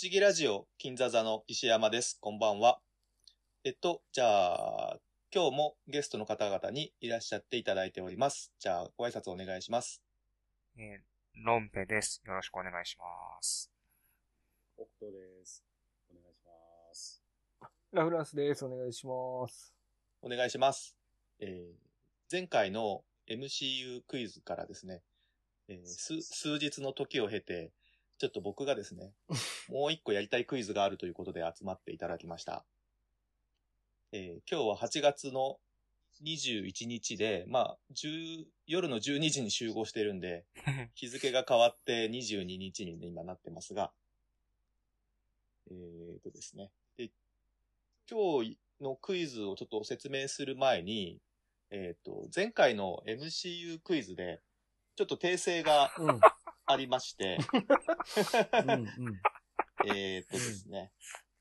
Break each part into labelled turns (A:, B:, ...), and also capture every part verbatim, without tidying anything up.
A: 思議ラジオ金座座の石山です。こんばんは。えっと、じゃあ、今日もゲストの方々にいらっしゃっていただいております。じゃあ、ご挨拶お願いします。
B: えー、ロンペです。よろしくお願いします。
C: 北斗です。お願いします。
D: ラフランスです。お願いします。
A: お願いします。えー、前回の エムシーユー クイズからですね、えー、数、数日の時を経て、ちょっと僕がですね、もう一個やりたいクイズがあるということで集まっていただきました。えー、今日ははちがつのにじゅういちにちで、まあ、10夜のじゅうにじに集合してるんで、日付が変わってにじゅうににちに、ね、今なってますが、えーとですね。で、今日のクイズをちょっと説明する前に、えーと、前回の エムシーユー クイズで、ちょっと訂正がありまして、うんうん、えーとですね。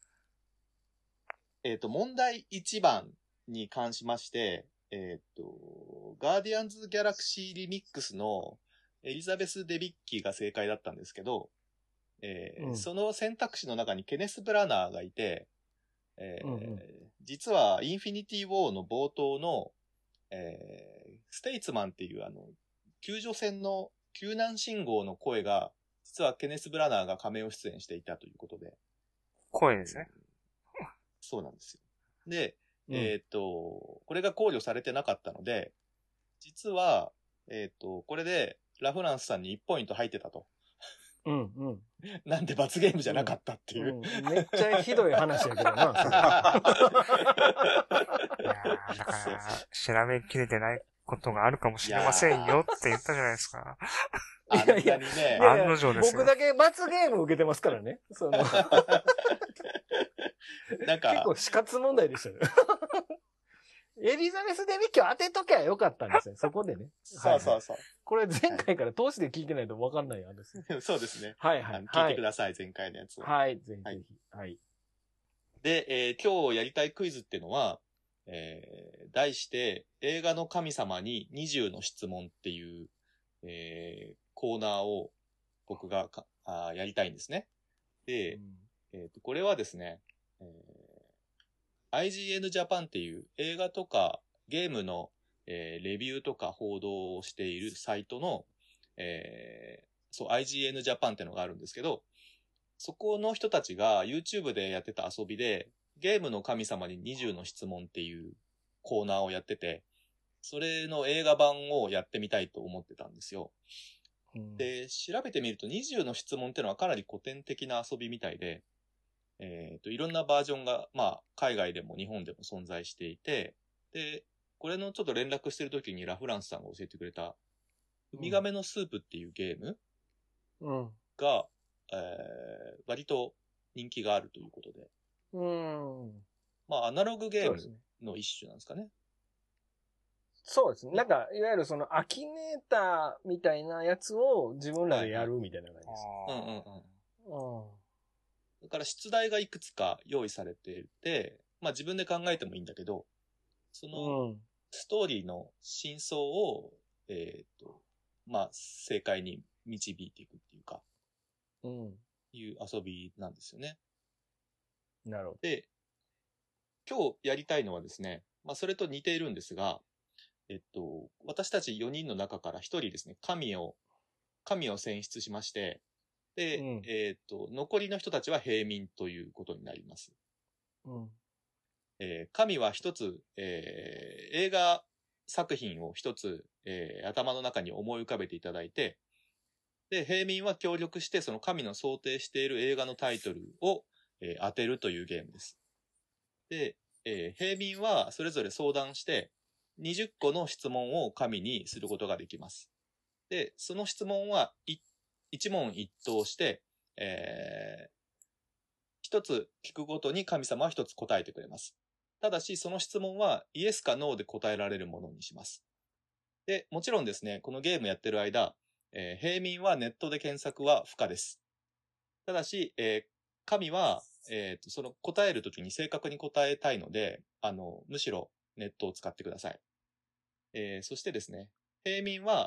A: えっと、問題いちばんに関しまして、えっと、ガーディアンズ・ギャラクシー・リミックスのエリザベス・デビッキーが正解だったんですけど、えーうん、その選択肢の中にケネス・ブラナーがいて、えーうんうん、実はインフィニティ・ウォーの冒頭の、えー、ステイツマンっていうあの、救助船の救難信号の声が、実はケネス・ブラナーがカメオ出演していたということで。
B: 声ですね。
A: そうなんですよ。で、うん、えっと、これが考慮されてなかったので、実は、えっと、これでラフランスさんにいちポイント入ってたと。
D: うんうん。
A: なんで罰ゲームじゃなかったっていう。
D: うんうん、めっちゃひどい話やけどな。いや
B: ーだから、調べきれてないことがあるかもしれませんよって言ったじゃないですか。
A: いやいや、ね、いやい
B: や案の定ですよ。
D: 僕だけ罰ゲーム受けてますからね。その
A: なんか
D: 結構死活問題でしたよ。エリザベス・デビッキーを当てときゃよかったんですよ。そこでね。
A: そうそうそう。
D: これ前回から通しで聞いてないと分かんないやんです、
A: ね。そうですね。
D: はいはい。
A: 聞いてください、前回のやつを。
D: はい、ぜひぜひ。はい。
A: で、えー、今日やりたいクイズっていうのは、えー、題して、映画の神様ににじゅうの質問っていう、えー、コーナーを僕がかあやりたいんですね。で、うんえーと、これはですね、えー、アイジーエヌ ジャパンっていう映画とかゲームの、えー、レビューとか報道をしているサイトの、えー、そう アイジーエヌ ジャパンってのがあるんですけど、そこの人たちが YouTube でやってた遊びで、ゲームの神様ににじゅうの質問っていうコーナーをやってて、それの映画版をやってみたいと思ってたんですよ。うん、で、調べてみるとにじゅうの質問っていうのはかなり古典的な遊びみたいで、えっと、いろんなバージョンが、まあ、海外でも日本でも存在していて、で、これのちょっと連絡してる時にラフランスさんが教えてくれた、ウミガメのスープっていうゲームが、うんえー、割と人気があるということで。
D: うん。
A: まあ、アナログゲームの一種なんですかね。
D: そうですね。なんか、いわゆるその、アキネーターみたいなやつを自分らでやるみたいな感じです。
A: うんうんうん。だから出題がいくつか用意されていて、まあ自分で考えてもいいんだけど、その、ストーリーの真相を、えっと、まあ正解に導いていくっていうか、うん。いう遊びなんですよね。
D: なるほど。
A: で、今日やりたいのはですね、まあそれと似ているんですが、えっと、私たちよにんの中からひとりですね、神を、神を選出しまして、で、うん、えっと、残りの人たちは平民ということになります。うんえー、神は一つ、えー、映画作品を一つ、えー、頭の中に思い浮かべていただいて、で、平民は協力してその神の想定している映画のタイトルを、えー、当てるというゲームです。で、えー、平民はそれぞれ相談して、にじゅっこの質問を神にすることができます。で、その質問は一問一答して、えー、一つ聞くごとに神様は一つ答えてくれます。ただし、その質問はイエスかノーで答えられるものにします。で、もちろんですね、このゲームやってる間、えー、平民はネットで検索は不可です。ただし、えー、神は、えーと、その答えるときに正確に答えたいので、あの、むしろネットを使ってください。えー、そしてですね、平民は、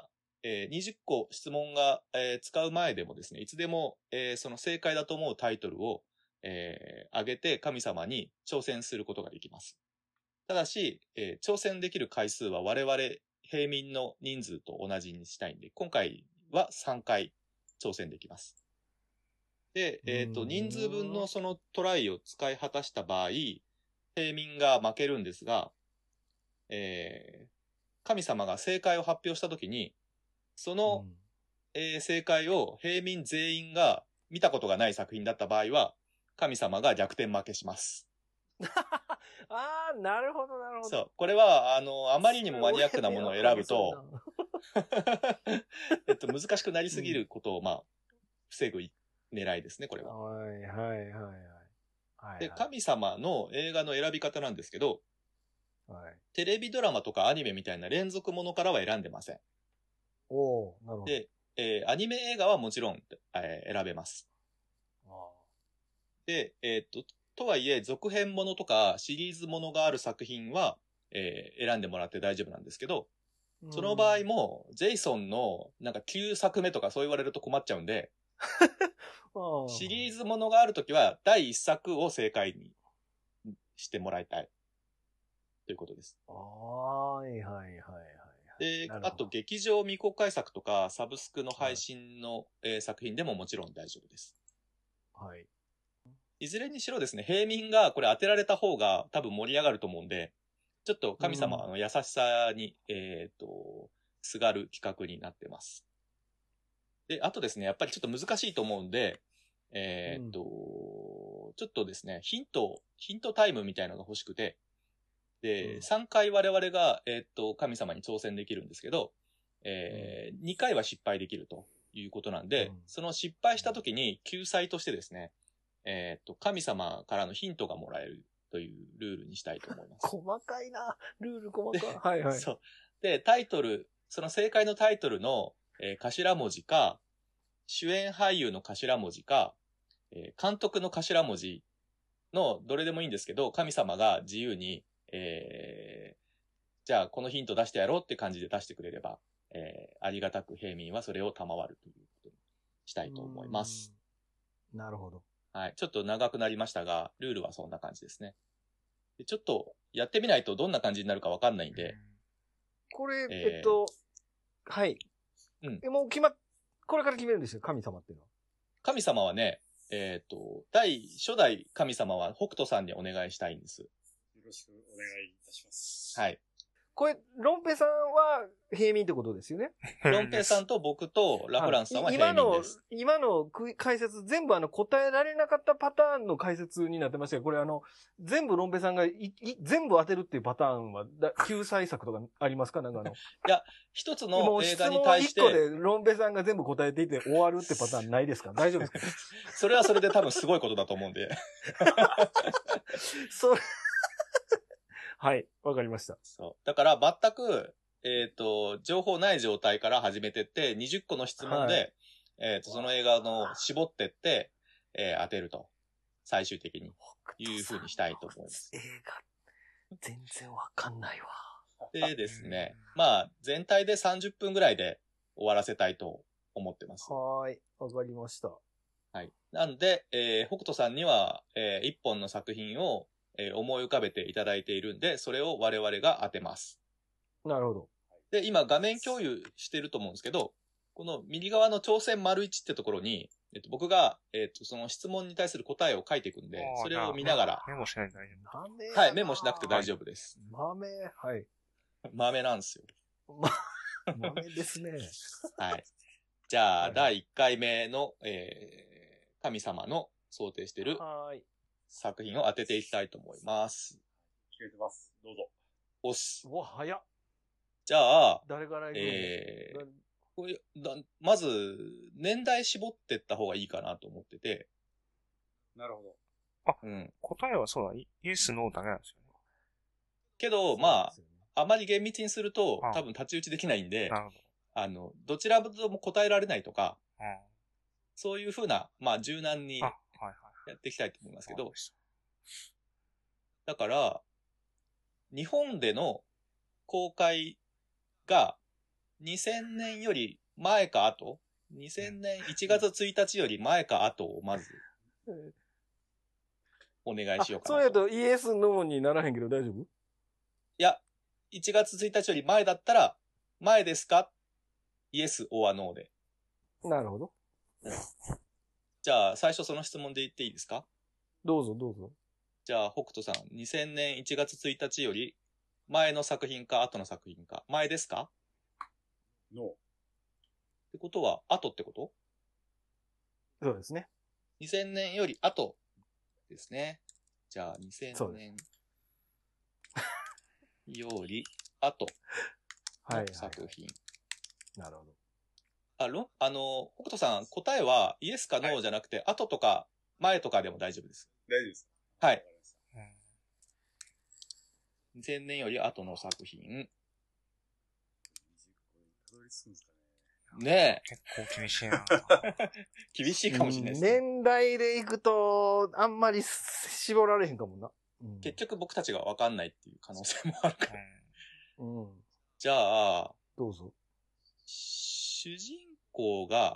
A: えー、にじゅっこ質問が、えー、使う前でもですね、いつでも、えー、その正解だと思うタイトルを、えー、上げて神様に挑戦することができます。ただし、えー、挑戦できる回数は我々平民の人数と同じにしたいんで、今回はさんかい挑戦できます。で、えっと、人数分のそのトライを使い果たした場合、平民が負けるんですが、えー、神様が正解を発表したときに、その、うんえー、正解を平民全員が見たことがない作品だった場合は、神様が逆転負けします。
D: ああ、なるほど、なるほど。
A: そう。これは、あの、あまりにもマニアックなものを選ぶと、えっと、難しくなりすぎることを、まあ、防ぐ狙いですね、これは。
D: はい、はい、はい、はい。
A: で、神様の映画の選び方なんですけど、
D: はい、
A: テレビドラマとかアニメみたいな連続ものからは選んでません。
D: おー、なるほど。
A: で、えー、アニメ映画はもちろん、えー、選べます。あで、えー、っと、とはいえ、続編ものとかシリーズものがある作品は、えー、選んでもらって大丈夫なんですけど、その場合も、ジェイソンのなんかきゅうさくめとかそう言われると困っちゃうんで、シリーズものがあるときはだいいっさくを正解にしてもらいたい。ということです。
D: はいはいはいはい。
A: で、あと劇場未公開作とかサブスクの配信の、はいえー、作品でももちろん大丈夫です。
D: はい。
A: いずれにしろですね、平民がこれ当てられた方が多分盛り上がると思うんで、ちょっと神様の優しさに、うん、えっと、すがる企画になってます。で、あとですね、やっぱりちょっと難しいと思うんで、えっと、うん、ちょっとですね、ヒント、ヒントタイムみたいなのが欲しくて、で、うん、さんかい我々が、えっと、神様に挑戦できるんですけど、えーうん、にかいは失敗できるということなんで、うん、その失敗した時に救済としてですね、えっと、神様からのヒントがもらえるというルールにしたいと思います。
D: 細かいな。ルール細かい。はいはい。
A: そう。で、タイトル、その正解のタイトルの、えー、頭文字か、主演俳優の頭文字か、えー、監督の頭文字のどれでもいいんですけど、神様が自由に、えー、じゃあこのヒント出してやろうって感じで出してくれれば、えー、ありがたく平民はそれを賜るということにしたいと思います。
D: なるほど。
A: はい。ちょっと長くなりましたが、ルールはそんな感じですね。でちょっとやってみないとどんな感じになるかわかんないんで。
D: これ、えー、えっと、はい。うん。もう決まっ、これから決めるんですよ、神様っていうのは。
A: 神様はね、えっと、第、初代神様は北斗さんにお願いしたいんです。よ
C: ろしくお願いいたします。
A: はい。
D: これ、ロンペさんは平民ってことですよね。
A: ロンペさんと僕とラフランスさんは平民です。
D: 今の、今の解説、全部あの答えられなかったパターンの解説になってましたけど、これあの、全部ロンペさんがいい全部当てるっていうパターンは、救済策とかありますかなんかあの。い
A: や、一つの映画に対して。
D: もう質問一個でロンペさんが全部答えていて終わるってパターンないですか大丈夫ですか
A: それはそれで多分すごいことだと思うんで。
D: それはい、わかりました。
A: そう。だから全く、えっと、情報ない状態から始めてって、にじゅっこの質問で、はい、えっと、その映画の絞ってって、えー、当てると。最終的に。いう風にしたいと思います。
D: 映画、全然わかんないわ。
A: でですね、まあ、全体でさんじゅっぷんぐらいで終わらせたいと思ってます。
D: はい、わかりました。
A: はい。なんで、えー、北斗さんには、えー、いっぽんの作品を、えー、思い浮かべていただいているんで、それを我々が当てます。
D: なるほど。
A: で、今画面共有してると思うんですけど、この右側の挑戦丸いちってところに、えっと、僕が、えっと、その質問に対する答えを書いていくんで、それを見ながら。
B: メモしないと大丈
A: 夫。はい、メモしなくて大丈夫です。
D: 豆、はい。
A: 豆なんですよ。
D: ま、豆ですね。
A: はい。じゃあ、はい、だいいっかいめの、えー、神様の想定してる作品を当てていきたいと思います。
C: 聞こえてます。どうぞ。
A: 押す。
D: うわ、早っ。
A: じゃあ、
D: 誰から行くの
A: えー、これだまず、年代絞ってった方がいいかなと思ってて。
C: なるほど。
B: あ、うん。答えはそうだ、イエス、ノーだけなんですよね。
A: けど、まあ、あまり厳密にすると、多分太刀打ちできないんで、
B: なるほど。
A: あの、どちらとも答えられないとか、
B: うん、
A: そういうふうな、まあ、柔軟にやっていきたいと思いますけど、はいはい、だから、日本での公開がにせんねんより前か後 ?にせんねんいちがつついたちより前か後をまず、お願いしようかな。
D: それやとイエス、ノーにならへんけど大丈夫？
A: いや、いちがつついたちより前だったら、前ですか？イエス、オアノーで。
D: なるほど。
A: じゃあ、最初その質問で言っていいですか？
D: どうぞどうぞ。
A: じゃあ、北斗さん、にせんねんいちがつついたちより前の作品か後の作品か、前ですか？
C: ノー。
A: ってことは、後ってこと？
D: そうですね。
A: にせんねんより後ですね。じゃあ、にせんねんより後
D: はい、
A: の作品。
D: なるほど。
A: あろあの、北斗さん、答えはイエスかノーじゃなくて、後とか前とかでも大丈夫です。
C: 大丈夫です。
A: はい。
C: わかりました。
A: にせんねんより後の作品。
C: にじゅっこにたどり着くんですかね。
A: ね
B: 結構厳しいな。
A: え。厳しいかもしれないですね。
D: 年代でいくと、あんまり絞られへんかもな。うん、
A: 結局僕たちが分かんないっていう可能性もあるから。
D: うん。
A: じゃあ、
D: どうぞ。
A: 主人公が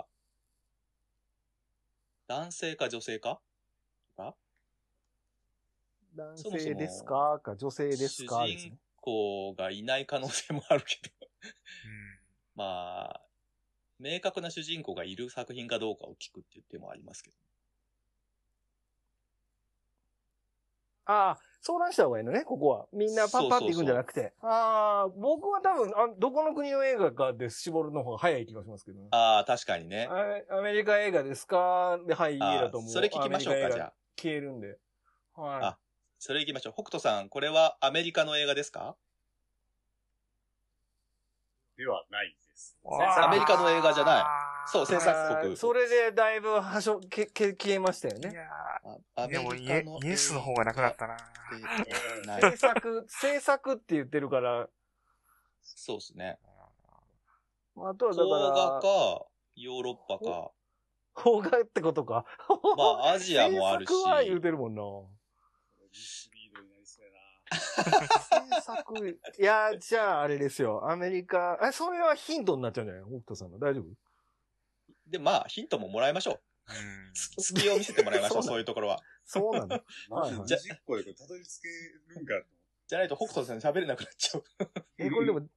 A: 男性か女性かか
D: 男
A: そもそも
D: 性ですかか女性ですかです
A: 主人
D: ね。
A: 公がいない可能性もあるけど。
B: うん
A: まあ、明確な主人公がいる作品かどうかを聞くっていう手もありますけど。
D: ああ、相談した方がいいのね、ここは。みんなパッパっていくんじゃなくて。ああ、僕は多分あ、どこの国の映画かで絞るの方が早い気がしますけどね。
A: ああ、確かにね。
D: あアメリカ映画ですかで、はい、いい
A: あ
D: だと思う。
A: それ聞きましょうか、じゃあ。
D: 消えるんで。はい。
A: あそれ行きましょう。北斗さん、これはアメリカの映画ですか？
C: ではないです。
A: アメリカの映画じゃない。そう、制作国。
D: あーそれでだいぶはしょ、け、け、消えましたよね。
B: いや
A: あア
B: ー、でも
A: メリ
B: イエ
A: カの
B: イエスの方がなくなったな。
C: うん
A: ない
D: 制作、制作って言ってるから、
A: そうですね。
D: あとはだ
A: 邦画
D: から、
A: か、ヨーロッパか。
D: 邦画ってことか。
A: まあ、アジアもあるし。
D: 制作は言うてるもんな。
C: ミスリードになりそうやな。
D: 制作、いや、じゃああれですよ。アメリカ、え、それはヒントになっちゃうんじゃないの北斗さんの。大丈夫？
A: で、まあ、ヒントももらいましょう。
B: うん
A: す隙を見せてもらいましょう、
D: そうなの
A: そういうところは。
D: そうなの
C: マジで
D: はいはい
C: にじゅっこでこれたどり着けるんかと
A: じゃないと北斗さん喋れなくなっちゃう。
D: え、これでも、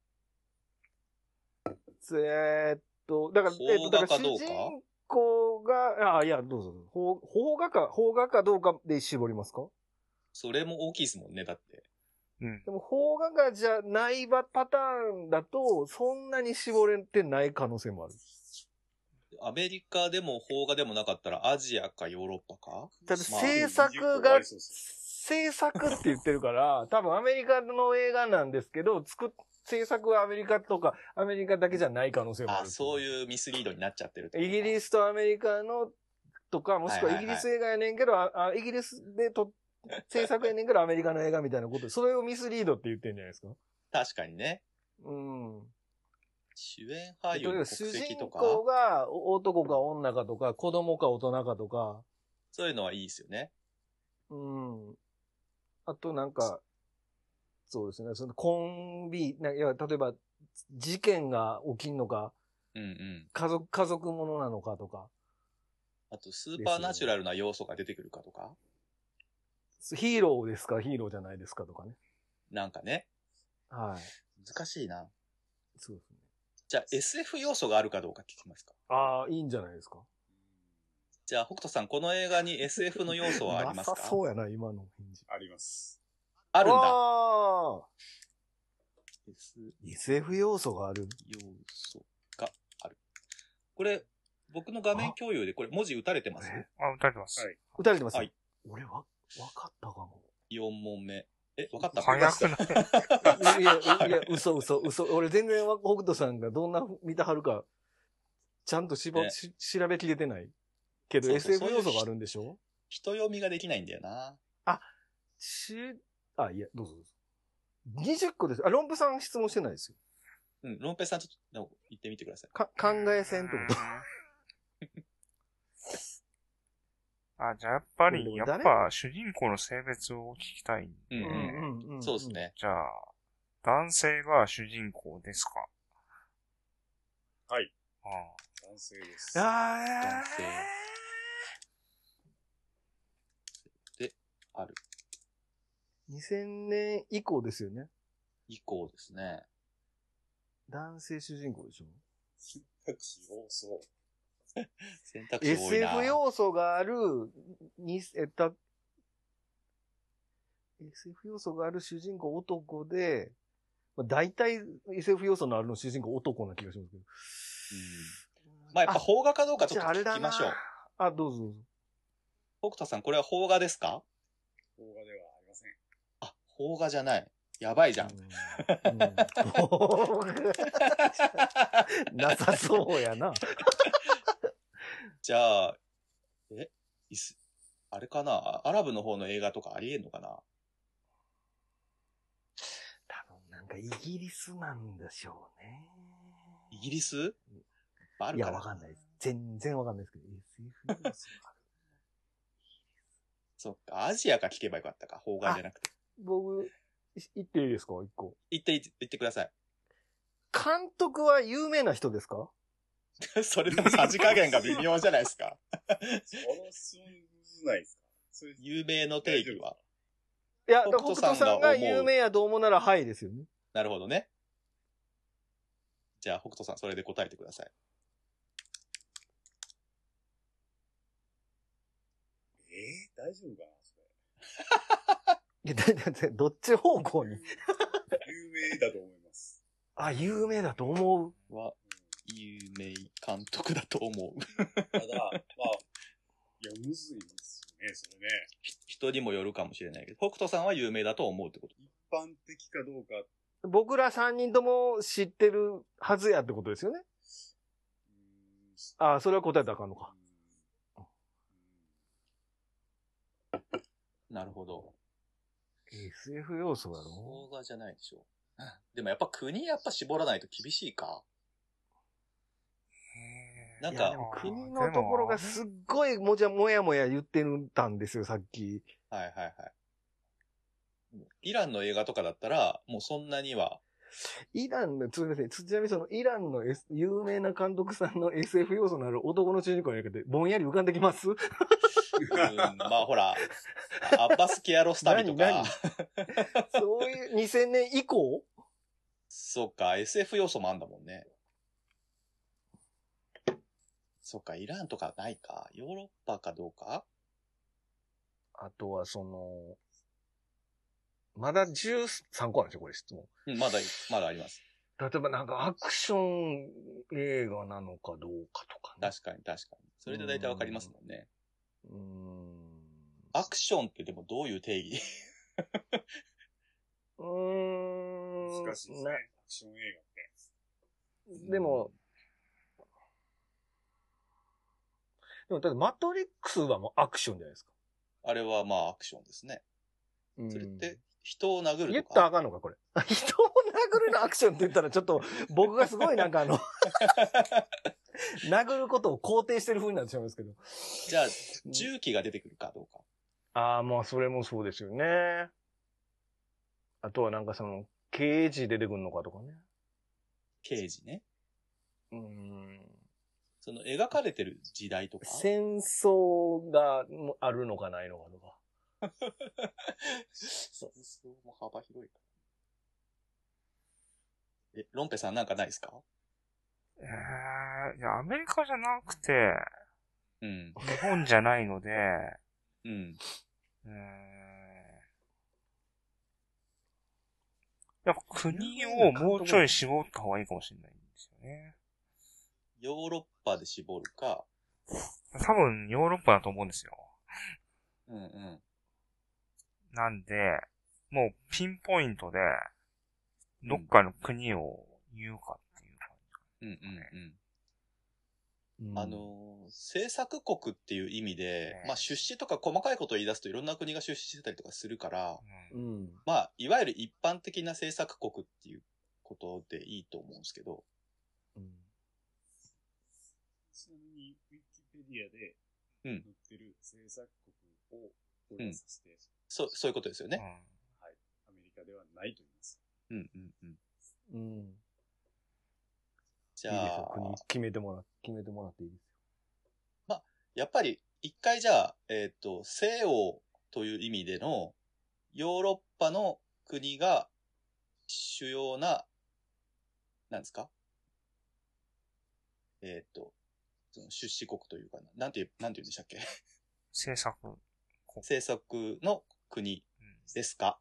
D: えーっと、だから、えっと、だから主
A: 邦画かどうか
D: 人公が、あ、いや、どうぞ。邦邦画か、邦画かどうかで絞りますか？
A: それも大きいですもんね、だって。
B: うん。
D: でも、邦画がじゃないパターンだと、そんなに絞れてない可能性もある。
A: アメリカでも邦画でもなかったらアジアかヨーロッパか
D: ただ、
A: まあ
D: 制作が、制作って言ってるから、多分アメリカの映画なんですけど、作っ、制作はアメリカとか、アメリカだけじゃない可能性もあ
A: あ、
D: る。
A: そういうミスリードになっちゃってるってことか。
D: イギリスとアメリカの、とか、もしくは
A: はいはいはい
D: イギリス映画やねんけど、ああイギリスでと、制作やねんけどアメリカの映画みたいなこと、それをミスリードって言ってんじゃないですか。
A: 確かにね。
D: うん。
A: 主演俳優
D: とに
A: の
D: かく主人
A: 国籍とか、
D: 公が男か女かとか、子供か大人かとか、
A: そういうのはいいですよね。
D: うん。あとなんか、そうですね、そのコンビ、ないや、例えば、事件が起きんのか、
A: うんうん。
D: 家族、家族ものなのかとか、
A: あと、スーパーナチュラルな要素が出てくるかとか、
D: ヒーローですか、ヒーローじゃないですかとかね。
A: なんかね、
D: はい。
A: 難しいな。
D: そうですね。
A: じゃあ エスエフ 要素があるかどうか聞きますか。
D: ああ、いいんじゃないですか。
A: じゃあ北斗さん、この映画に エスエフ の要素はありますか？
D: なさそうやな、今の返事。
C: あります。
A: あるんだ。
D: ああ、
A: S
D: エスエフ 要素がある。
A: 要素がある。これ、僕の画面共有でこれ文字打たれてます？
D: え
B: あ、歌ってます。
C: はい。
D: 打たれてます。
A: はい。
D: 俺は、わかったかも。
A: よん問目。え、わかった？
B: 早くない
D: いや、いや、いや嘘嘘嘘。俺全然わ北斗さんがどんな見たはるか、ちゃんとしぼ、
A: ね
D: し調べきれてない。けど
A: そうそう
D: エスエフ 要素があるんでしょ？
A: 人読みができないんだよな。
D: し、あ、いや、どうぞどうぞ。にじゅっこです。あ、論文さん質問してないですよ。
A: うん、ロンペイさんちょっと言ってみてください。
D: か、考えせんってこと。
B: あ、じゃあやっぱり、やっ
D: これでも誰
B: ぱ主人公の性別を聞きたいんで、
A: うんうん。
D: ん
A: そうです。ね。
B: じゃあ、男性が主人公ですか？
C: はい。
B: あ
C: 男性です。
D: あ
A: 男性である。
D: にせんねん以降ですよね。
A: 以降ですね。
D: 男性主人公でしょ。
C: 選択肢多そう。
A: 選択肢多いな。
D: エスエフ 要素がある、に、えっと、エスエフ 要素がある主人公男で、まあ、大体 エスエフ 要素のあるの主人公男な気がしますけど。
A: うん。まあやっぱ邦画かどうかちょっと
D: じゃああれだな
A: 聞きましょう。
D: あ、どうぞどうぞ。
A: 北斗さん、これは邦画ですか？
C: 動画ではありません。
A: あ、邦画じゃない。やばいじゃん。
D: うんうんなさそうやな。
A: じゃあ、えイス、あれかなアラブの方の映画とかありえんのかな？
D: 多分なんかイギリスなんでしょうね。
A: イギリスある
D: いや、
A: かな
D: わかんないです。全然わかんないですけど、エスエフ 要素がある。
A: そっか、アジアか聞けばよかったか。邦画じゃなくて。
D: 僕、い言っていいですか一個。
A: 言って、言ってください。
D: 監督は有名な人ですか？
A: それでもさじ加減が微妙じゃないですか。
C: その質問むずないですか？それ
A: 有名の定義は。
D: いや、
A: 北
D: 北
A: 斗さんが
D: 斗さんが有名やと思うならはいですよね。
A: なるほどね。じゃあ、北斗さん、それで答えてください。
C: えー、大丈夫かなそれ。
D: いや、だだだどっち方向に。
C: 有名だと思います。
D: あ、有名だと思う。
A: は、有名監督だと思う。
C: ただ、まあ、いや、むずいですよね、それね。
A: ひ人にもよるかもしれないけど、北斗さんは有名だと思うってこと。
C: 一般的かどうか、
D: 僕ら三人とも知ってるはずやってことですよね。
C: うーん、
D: あ、それは答えたらあかんのか。
A: なるほど。
D: エスエフ 要素だろ
A: 邦画じゃないでしょ。でもやっぱ国やっぱ絞らないと厳しいか。
B: へー
A: なんか
D: いや、でも国のところがすっごいもじゃもやもや言ってたんですよ、さっき。
A: はいはいはい。イランの映画とかだったら、もうそんなには、
D: イランの、すみません、ちなみにそのイランの、S、有名な監督さんの エスエフ 要素のある男の主人公のやり方で、ぼんやり浮かんできます
A: うん、まあほら、アッバス・キアロスタミと
D: 何
A: か、
D: そういうにせんねん以降
A: そっか、エスエフ 要素もあんだもんね。そっか、イランとかないか。ヨーロッパかどうか？
D: あとはその、まだじゅうさんこなんですよ、これ質問。
A: うん、まだ、まだあります。
D: 例えばなんかアクション映画なのかどうかとかね。
A: 確かに確かに。それで大体わかりますもんね。
D: うーん。
A: アクションってでもどういう定義？
D: うーん。
C: 難しいですね。アクション映画って。
D: なでも、でも、だってマトリックスはもうアクションじゃないですか。
A: あれはまあアクションですね。
D: うん
A: それって、人を殴る
D: 言っ
A: とか。
D: たらあかんのか、これ。人を殴るのアクションって言ったらちょっと、僕がすごいなんかあの、殴ることを肯定してる風になってしまうんですけど。
A: じゃあ、重機が出てくるかどうか。
D: ああ、まあ、それもそうですよね。あとはなんかその、刑事出てくるのかとかね。
A: 刑事ね。
D: うーん。
A: その描かれてる時代とか。
D: 戦争があるのかないのかとか。
A: そうそうも幅広いから。え、ロンペさんなんかないですか？
B: えー、いや、アメリカじゃなくて、
A: うん。
B: 日本じゃないので、
A: うん。
B: うーんやっぱ国をもうちょい絞った方がいいかもしれないんですよね。
A: ヨーロッパで絞るか。
B: 多分ヨーロッパだと思うんですよ。
A: うんうん。
B: なんで、もうピンポイントで、どっかの国を言うかっていう感
A: うんうんうん。
D: うん
A: あのー、制作国っていう意味で、
B: うん
A: まあ出資とか細かいことを言い出すといろんな国が出資してたりとかするから、
B: じ。うん
D: うん。
A: まあ、いわゆる一般的な制作国っていうことでいいと思うんですけど、
D: うん
C: ちなみに、ウィキペディアで
A: うん
C: 載ってる制作国を掘り出させて、
A: そう、そういうことですよね。
C: はい。アメリカではないと言います。
A: うんうんうん。
D: うん。
A: じゃ
D: いいですよ。
A: あ、
D: 国決めてもら、決めてもらっていいですよ。
A: やっぱり一回じゃあ、えっと、西欧という意味でのヨーロッパの国が主要な、なんですかえっと、その出資国というかな、なんていう、なんて言うんでしたっけ
B: 政策。
A: 政策の国
B: うん
A: ですか？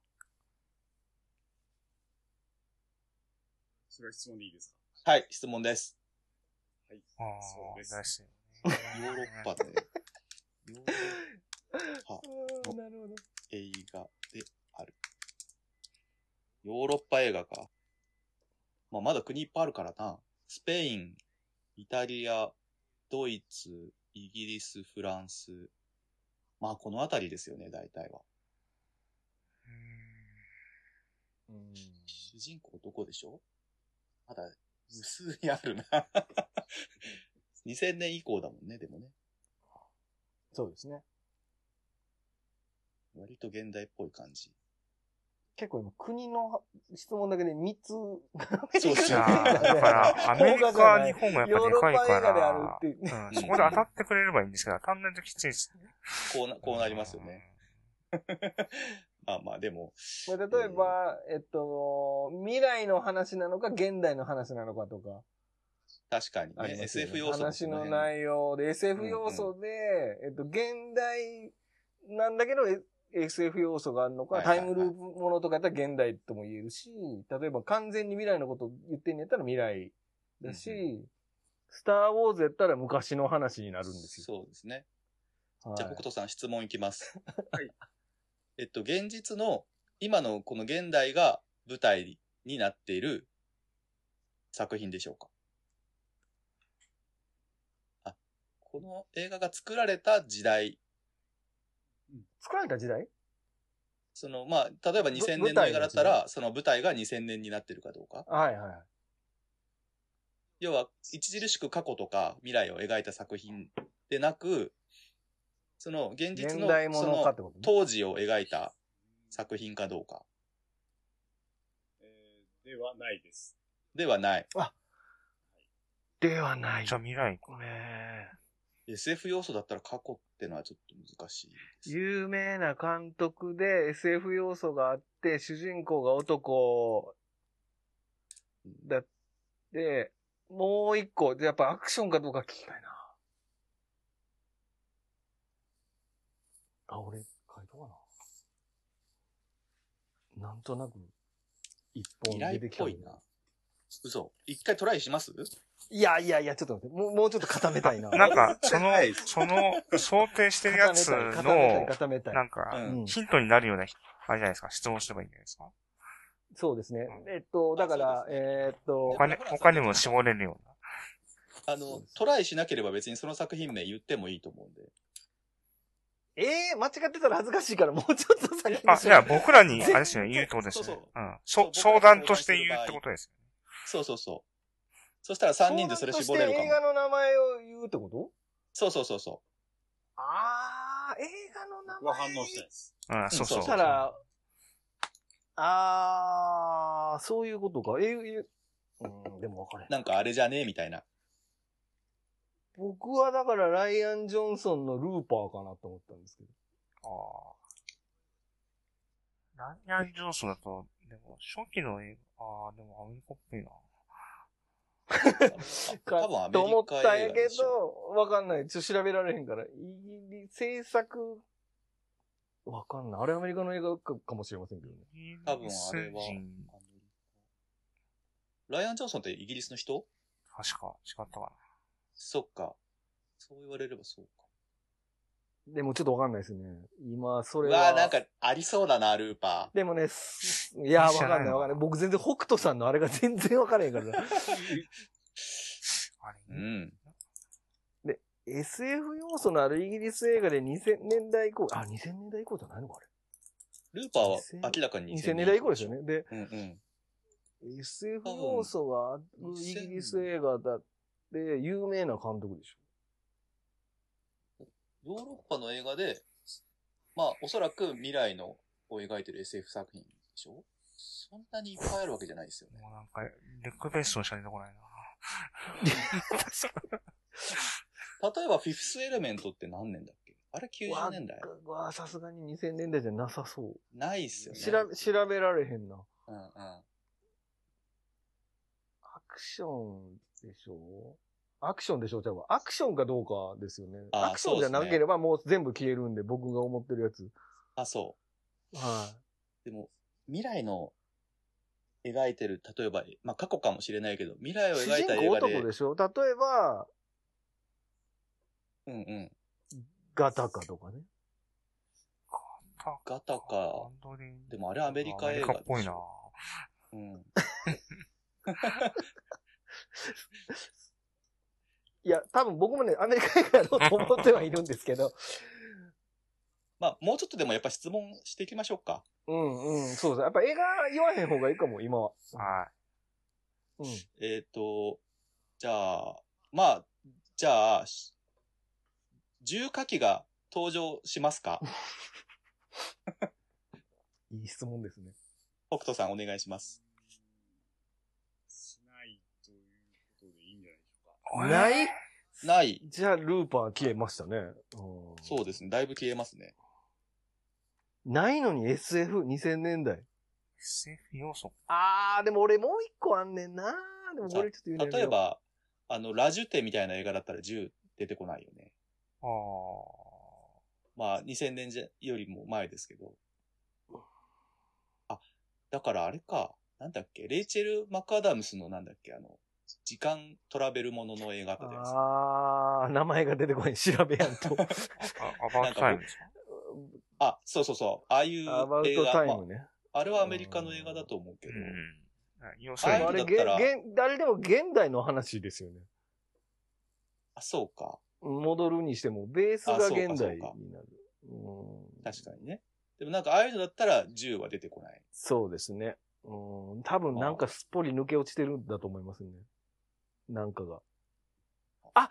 C: それは質問でいいです
A: はい、質問です。
C: か？はい。
B: ああ、
C: そうです。
B: ですよね。
A: ヨーロッパで、ヨーロッパ
D: あーなるほど。
A: 映画である。ヨーロッパ映画か。まあ、まだ国いっぱいあるからな。スペイン、イタリア、ドイツ、イギリス、フランス。まあ、この辺りですよね、大体は。
B: うーん
D: うん。
A: 主人公どこでしょう？まだ、無数にあるな。にせんねん以降だもんね、でもね。
D: そうですね。
A: 割と現代っぽい感じ。
D: 結構今、国の質問だけでみっつ。
A: そう
B: じゃあ、だから、アメリカ、日本がやっぱでかいか
D: ヨーロッパ映画である
B: ら、
D: っていう
B: うん、そこで当たってくれればいいんですけど、当たんないときついですね。
A: こうな、こうなりますよね。まあまあ、でも。
D: これ例えば、えっと、未来の話なのか、現代の話なのかとか。
A: 確かにね、
D: ありますよね
A: エスエフ 要素も
D: 話の
A: そ辺
D: 内容で エスエフ 要素で、えっと、現代なんだけど、え エスエフ 要素があるのか、
A: はいはいはい
D: タイムループものとかやったら現代とも言えるし、例えば完全に未来のこと言ってんやったら未来だし、
A: うん
D: スターウォーズやったら昔の話になるんですよ。
A: そうですね。
D: はい
A: じゃあ、北斗さん質問いきます。
C: はい。
A: えっと、現実の、今のこの現代が舞台になっている作品でしょうか？あ、この映画が作られた時代、
D: 作られた時代
A: その、まあ、例えばにせんねんの映画だったら、その舞台がにせんねんになってるかどうか。
D: はいはい。
A: 要は、著しく過去とか未来を描いた作品でなく、その現実の
D: 現代も
A: その
D: のかってことね。
A: 当時を描いた作品かどうか
C: えー、ではないです。
A: ではない。
D: ではない。
B: じゃあ未来か。
D: ね
A: エスエフ 要素だったら過去ってのはちょっと難しいです。
D: 有名な監督で エスエフ 要素があって、主人公が男だって、もう一個、やっぱアクションかどうか聞きたいな。あ、俺、書いとかな。なんとなく、一本
A: 未来
D: 出てきた。
A: っぽいな。嘘。一回トライします？
D: いやいやいや、ちょっと待って、もう、もうちょっと固めたいな。
B: なんか、その
A: はい、
B: その、想定してるやつ
D: 固めたい、固めたい、
B: の、
D: 固めたい。
B: なんか、
A: うん
B: ヒントになるような、あれじゃないですか、質問すればいいんじゃないですか。
D: そうですね。
B: うん
D: えっと、だから
A: あ、そうですね
D: えーっと
B: 他に、他にも絞れるような。
A: あの、トライしなければ別にその作品名言ってもいいと思うんで。
D: ええー、間違ってたら恥ずかしいから、もうちょっと先に。
B: あ、じゃあ僕らに、あれですよね、言うってことですよ
A: そう
B: ね。
A: そう
B: うん。そ、相談として言うってことですよね。
A: そうそうそう。そしたらさんにんでそれ絞れるか
D: 映画
A: も。
D: の名前を言うってこと
A: そうそうそうそ
D: あー、映画の名
C: 僕は
D: 前。
C: 反応したいです。
B: うん、そうそう。
D: そしたら、あー、そういうことか。ええうん、でも分かれへん
A: う。なんかあれじゃねえみたいな。
D: 僕はだからライアン・ジョンソンのルーパーかなと思ったんですけど。
B: ああ。ライアン・ジョンソンだと、でも、初期の映画、ああ、でもアメリカっぽいな。
A: 多分アメ
D: と思っ
A: リカ
D: たんやけ
A: 映画でしょ。
D: ど、わかんない。ちょっと調べられへんから。イギリス制作、わかんない。あれアメリカの映画かかもしれませんけどね。
A: 多分あれは
B: イギリス人
A: アメリカ。ライアン・ジョンソンってイギリスの人？
B: 確か、違ったか
A: そっか。そう言われればそうか。
D: でもちょっとわかんないですね。今、それ
A: うわ
D: は。
A: ーなんかありそうだな、ルーパ
D: でもね、すいや、わかんないわかんない。僕全然北斗さんのあれが全然わからへんからな。
B: な。あ
A: ー。う
B: れ、
A: ん。
D: エスエフ 要素のあるイギリス映画でにせんねんだい以降、あ、にせんねんだい以降じゃないのかあ
A: ルーパーは明らか
D: れ。
A: に
D: にせんねんだい以降ですよね。で、
A: うんうん。
D: エスエフ 要素があるイギリス映画だって有名な監督でし
A: ヨーロッパの映画で、まあ、おそらく未来のを描いてる エスエフ 作品でしょ？そんなにいっぱいあるわけじゃないですよね。
B: もうなんか、レックベーストしか出てこないな。
A: 例えば、フィフスエレメントって何年だっけ？あれきゅうじゅうねんだい？
D: わあ、さすがににせんねんだいじゃなさそう。
A: ないっすよね。
D: 調べ、調べられへんな。
A: うんうん。
D: アクションでしょアクションでしょちゃうわ。アクションかどうかですよね。
A: あ
D: アクションじゃなければもう全部消えるんで、僕が思ってるやつ。
A: あ、そ
D: は
A: う。でも、未来の描いてる、例えば、まあ過去かもしれないけど、未来
D: い。
A: を
D: 主
A: 描いた映画で。
D: 人公男でしょ例えば、
A: うんうん。
D: ガタカとかね。
A: ガタカ。でもあれアメリカ映画でしょ。
B: アメリカっぽいな。
A: うん。
D: いや、多分僕もね、アメリカ映画やろうと思ってはいるんですけど。
A: まあ、もうちょっとでもやっぱ質問していきましょうか。
D: うんうん、そうです。やっぱ映画言わへん方がいいかも、今は。
B: はい。
D: うん。
A: えっと、じゃあ、まあ、じゃあ、重火器が登場しますか？
D: いい質問ですね。
A: 北斗さんお願いします。
C: しないということでいいんじゃないでしょうか。
D: ない
A: ない。
D: じゃあ、ルーパー消えましたね。
A: そうですね。だいぶ消えますね。
D: ないのに エスエフにせんねんだい。
B: エスエフ 要素。
D: あー、でも俺もう一個あんねんな。でもこれちょっと言うねん
A: 例えば、あの、ラジュテみたいな映画だったらじゅう出てこないよね。
B: ああ。
A: まあ、にせんねんじゃよりも前ですけど。あ、だからあれか。なんだっけ、レイチェル・マクアダムスのなんだっけ、あの、時間トラベルものの映画ってやつ。
D: あー、名前が出てこない。調べやんと。
B: あ、アバウトタイムですか？
A: あ、そうそうそう。ああいう映画。
D: アバウトタイムね。
A: まあ、あれはアメリカの映画だと思うけど。
B: うん。要
A: するに
D: あれ、げ、げ、誰でも現代の話ですよね。
A: あ、そうか。
D: 戻るにしても、ベースが現代になる。
A: うん、確かにね。でもなんかああいうのだったらじゅうは出てこない。
D: そうですね。うん、多分なんかすっぽり抜け落ちてるんだと思いますね。なんかが。あ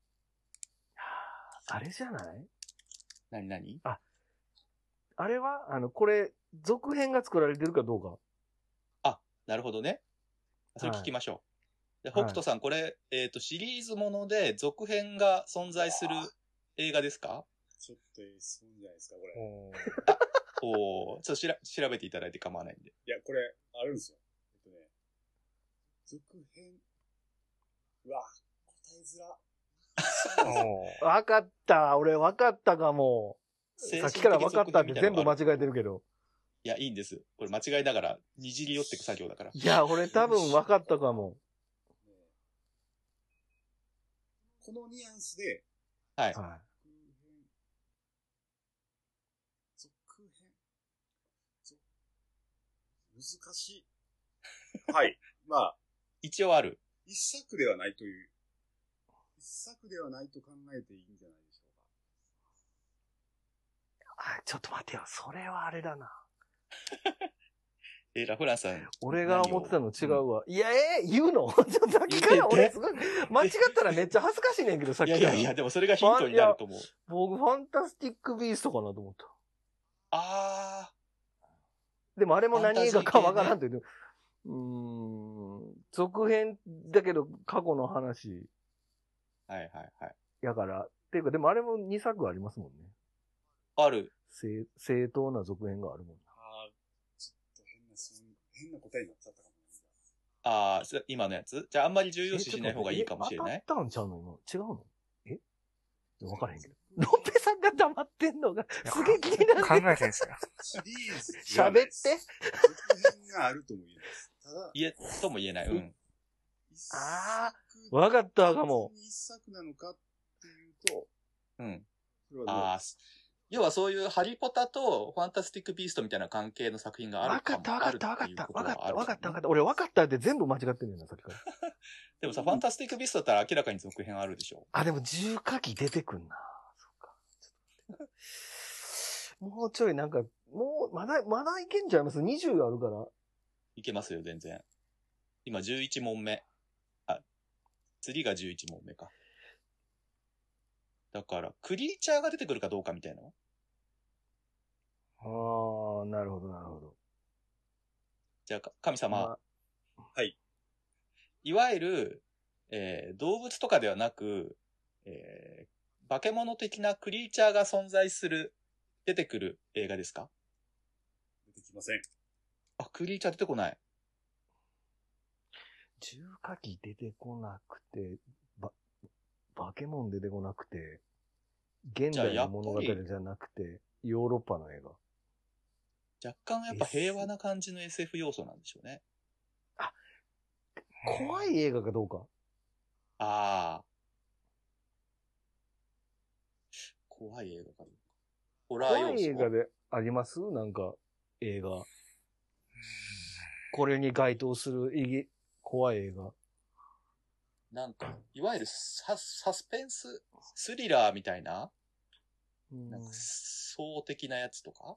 D: あれじゃない
A: 何何
D: あ、あれはあの、これ、続編が作られてるかどうか。
A: あ、なるほどね。それ聞きましょう。はい、で北斗さん、これ、えっと、シリーズもので続編が存在する映画ですか？
C: ちょっとそうじゃないですか、これ。
A: あ、おー、ちょっとしら調べていただいて構わないんで。
C: いや、これ、あるんですよ。えっとね、続編、うわ、答えづら。
D: わかった。俺わかったかも。さっきからわかったって全部間違えてるけど。
A: いや、いいんです。これ間違いながら、にじり寄ってく作業だから。
D: いや、俺多分わかったかも。
C: このニュアンスで、
A: はい。
C: 続編。続編。難しい。はい。まあ。
A: 一応ある。
C: 一作ではないという。一作ではないと考えていいんじゃないでしょうか。
D: あ、ちょっと待てよ。それはあれだな。
A: え、ラフランさん。
D: 俺が思ってたの違うわ。うん、いや、えー、言うのちょっとさっきから俺すごい、間違ったらめっちゃ恥ずかしいねんけど、さっきから。
A: いやいやいや、でもそれがヒントになると思う。
D: 僕、ファンタスティックビーストかなと思った。
A: あ
D: ー。でもあれも何映画かわからんと言う、ね。うーん、続編だけど過去の話。
A: はいはいはい。
D: やから、っていうか、でもあれもにさくありますもんね。
A: ある。
D: 正、正当な続編があるもんな。
C: ああ、ちょっと変な、そん変な答えになっちゃったかも。
A: ああ、今のやつじゃああんまり重要視しない方がいいかもしれない。
D: 当たったんちゃうの今。違うのえわからへんけど。ロペさんが黙ってんのが、すげえ気になる。
B: 考えてるんですよ。
C: シリーズ。
D: 喋って。
C: 続編があるとも言えないです。ただ。
A: いえ、とも言えない。うん。
D: ああ、わかったかも。
C: 一作なのかっていうと。
A: うん。ああ、要はそういうハリポタとファンタスティックビーストみたいな関係の作品があるかも。
D: わかったわかったわかったわかったわかったわかった。俺わかったって全部間違ってんねんな、さっきから。
A: でもさ、ファンタスティックビーストだったら明らかに続編あるでしょ。
D: あ、でも重火器出てくんな。そうか。もうちょいなんか、もう、まだ、まだいけんちゃいます ?にじゅう あるから。
A: いけますよ、全然。今じゅういち問目。あ、次がじゅういち問目か。だから、クリーチャーが出てくるかどうかみたいな。
D: ああ、なるほど、なるほど。
A: じゃあ、神様。
C: はい。
A: いわゆる、 えー動物とかではなく、えー化け物的なクリーチャーが存在する、出てくる映画ですか？
C: 出てきません。
A: あ、クリーチャー出てこない。
D: 重火器出てこなくて、ば、化け物出てこなくて、現代の物語じゃなくて、ヨーロッパの映画。
A: 若干やっぱ平和な感じの エスエフ 要素なんでしょうね。
D: 怖い映画かどうか。
A: ああ。怖い映画かどうか。ホラー要素。
D: 怖い映画でありますなんか、映画。これに該当するいぎ怖い映画。
A: なんか、いわゆるササスペンス、スリラーみたいな、
D: うん
A: なんか、壮的なやつとか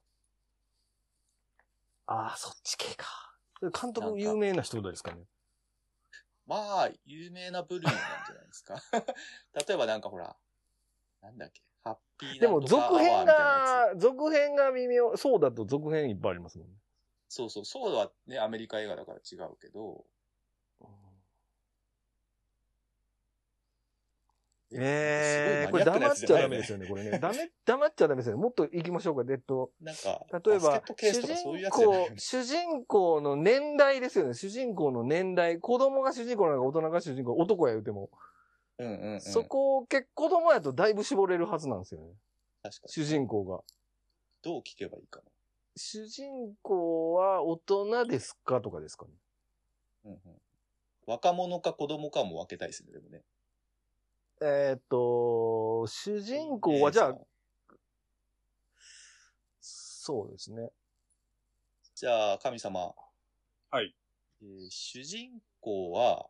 D: ああ、そっち系か。監
A: なんか
D: 督有名な人ですかね。
A: まあ、有名な部類なんじゃないですか。例えばなんかほら、なんだっけ、ハッピー
D: でも
A: なんとかアワー
D: 続編
A: みたいなやつ。
D: が、続編が微妙、そうだと続編いっぱいありますもんね。
A: そうそう、そうはね、アメリカ映画だから違うけど。
D: ええー、これ黙っちゃダメですよね、これね。ダメ、黙っちゃダメですよね。もっと行きましょうか、えっと。
A: なんか、
D: 例えば、
A: バスケットケースとかそういうやつじゃないよね。
D: 主人公の年代ですよね。主人公の年代。子供が主人公なのか大人が主人公、男や言うても。
A: うんうんうん。
D: そこを結構子供やとだいぶ絞れるはずなんですよね。
A: 確かに。
D: 主人公が。
A: どう聞けばいいかな。
D: 主人公は大人ですかとかですかね。
A: うんうん。若者か子供かも分けたいですね、でもね。
D: えーっと、主人公はじゃあ、そうですね。
A: じゃあ、神様。
C: はい。
A: えー主人公は、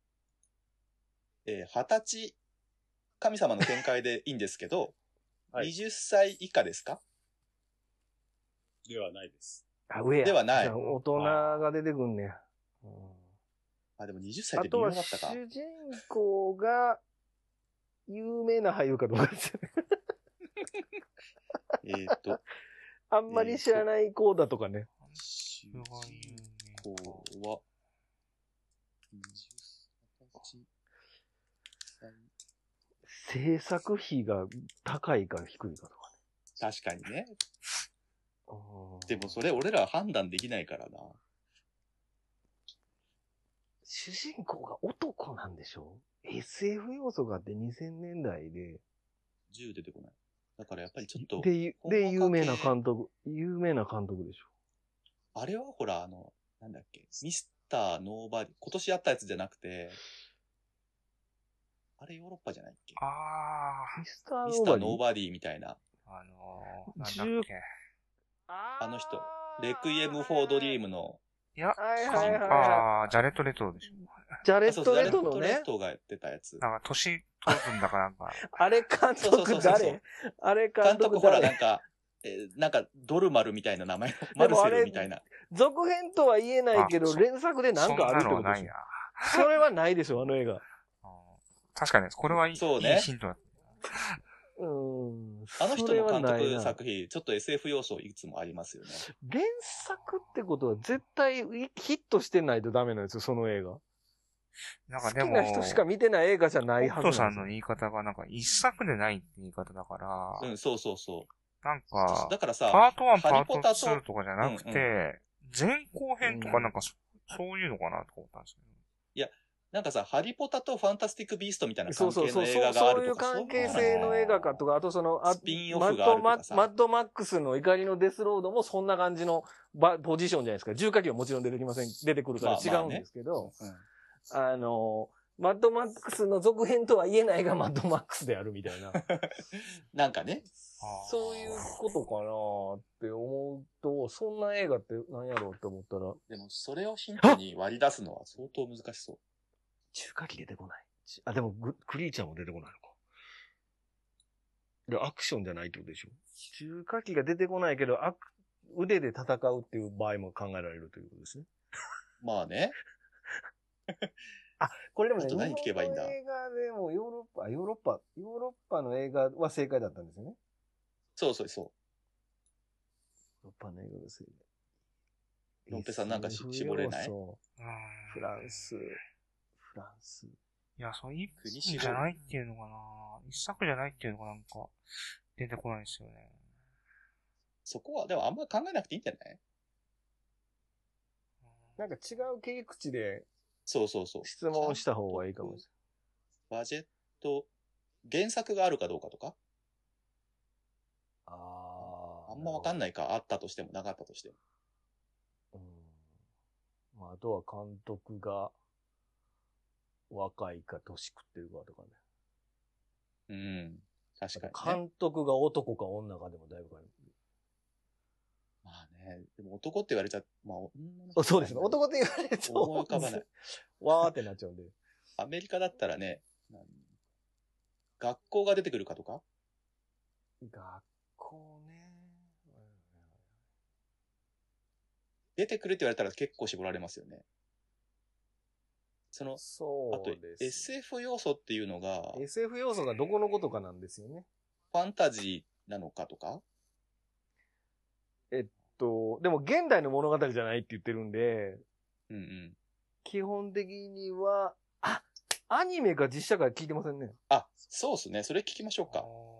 A: えー、二十歳、神様の見解でいいんですけど、
C: はい、
A: はたち以下ですか？
C: ではないです。
D: あ、上や。
A: ではない。
D: じゃあ大人が出てくんねや。うん、
A: あ、でもはたちって微妙だったか。
D: あとは主人公が有名な俳優かどうかですよね。
A: えっと。
D: あんまり知らない子だとかね。
A: 主人公は、
D: 制作費が高いか低いかとかね。
A: 確かにね。でもそれ俺らは判断できないからな。
D: 主人公が男なんでしょ？ エスエフ 要素があってにせんねんだいで。
A: じゅう出てこない。だからやっぱりちょっと。
D: で、で、有名な監督。有名な監督でしょ。
A: あれはほら、あの、なんだっけ、ミスターノーバディ、今年やったやつじゃなくて、あれヨーロッパじゃないっけ？
B: ああ。
D: ミスターノーバディ。
A: ミスターノーバディみたいな。
B: あのー、なんだっけ。
A: あの人、レクイエム・フォー・ドリームの。
B: いや、
D: はいはいはい、
B: ああ、ジャレット・レトロでしょ。
D: ジャレット・レトのね。
A: ジャレット・レトがやってたやつ。
B: なんか、年取るんだかなんか。
D: あれ監督誰？あれ監督誰？
A: 監督ほら、なんか、えー、なんか、ドルマルみたいな名前の、マルセルみたいな。
D: 続編とは言えないけど、連作でなんかあるってことでしょ。それはないでしょ、あの映画。
B: 確かに、これはいい、
A: そうね、
B: いいヒントだ。
D: うん。
A: あの人の監督作品、ちょっと エスエフ 要素いつもありますよね。
D: 連作ってことは絶対ヒットしてないとダメなんですよ、その映画。
B: なんかでも、
D: 好きな人しか見てない映画じゃないはずなんですよ。
B: 北斗さんの言い方がなんか一作でないって言い方だから。
A: うん、そうそうそう。
B: なんか、
A: だからさ、
B: パートワン、パートツーとかじゃなくて、うんうん、前後編とかなんかそ、うん、そういうのかなと思ったんですけど。
A: いや、なんかさ、ハリポタとファンタスティック・ビーストみたいな関係の映画があるとか、
D: そういう関係性の映画かとか、あとその、あ
A: スピンオフがあるとかさ
D: マッド、マッドマックスの怒りのデスロードもそんな感じのポジションじゃないですか。重火器はもちろん出てきません、出てくるから違うんですけど、まあまあね、うん、あの、マッドマックスの続編とは言えないがマッドマックスであるみたいな。
A: なんかね。
D: そういうことかなって思うと、そんな映画って何やろうって思ったら。
A: でも、それをヒントに割り出すのは相当難しそう。
D: 中華機出てこない。あ、でもグ、クリーチャーも出てこないのか。で、アクションじゃないってことでしょ。中華機が出てこないけど、アク腕で戦うっていう場合も考えられるということですね。
A: まあね。
D: あ、これでもね、
A: あと何聞けばいいんだ。
D: 映画でもヨーロッパ、ヨーロッパ、ヨーロッパの映画は正解だったんですよね。
A: そうそうそう。
D: ヨーロッパの映画が正解。
A: ロンペさんなんかし絞れない？
D: フランス、フランス。
B: いや、そう、一
A: 国
B: 本じゃないっていうのかな。一作じゃないっていうのがなんか、出てこないですよね。
A: そこは、でもあんま考えなくていいんじゃない？
D: なんか違う切り口で
A: そうそうそう。
D: 質問した方がいいかもし
A: バジェット、原作があるかどうかとか
D: れない。あ
A: あんまわかんないか、あったとしてもなかったとしても。
D: うん。まあ、あとは監督が若いか年食ってるかとかね。
A: うん。確かに、ね。
D: 監督が男か女かでもだいぶ変わる。
A: まあね、でも男って言われちゃ、まあ女の子
D: そうですね。男って言われると。
A: 思い浮かばない。
D: わーってなっちゃうんで。
A: アメリカだったらね、何学校が出てくるかとか
D: 学校ね。
A: 出てくるって言われたら結構絞られますよね。その、あと
D: そうです、
A: エスエフ 要素っていうのが、
D: エスエフ 要素がどこのことかなんですよね。
A: ファンタジーなのかとか
D: えっと、でも現代の物語じゃないって言ってるんで、
A: うんうん。
D: 基本的には、あ、アニメか実写か聞いてませんね。
A: あ、そうっすね。それ聞きましょうか。
B: あ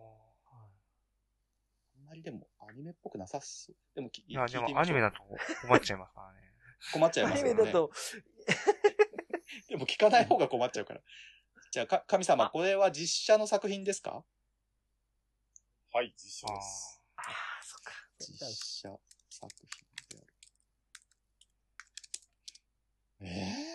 A: あんまりでもアニメっぽくなさそう。でもき、
B: ーいや、で
A: 聞いてみましょう
B: もアニメだと困っちゃいますからね。
A: 困っちゃい
D: ア
A: ますよね。
D: ニメだと、
A: でも聞かない方が困っちゃうから。じゃあ、か、神様、
D: あ
A: これは実写の作品ですか？
C: はい、実写です。
D: ああ、そっか。
A: 実写作品である。え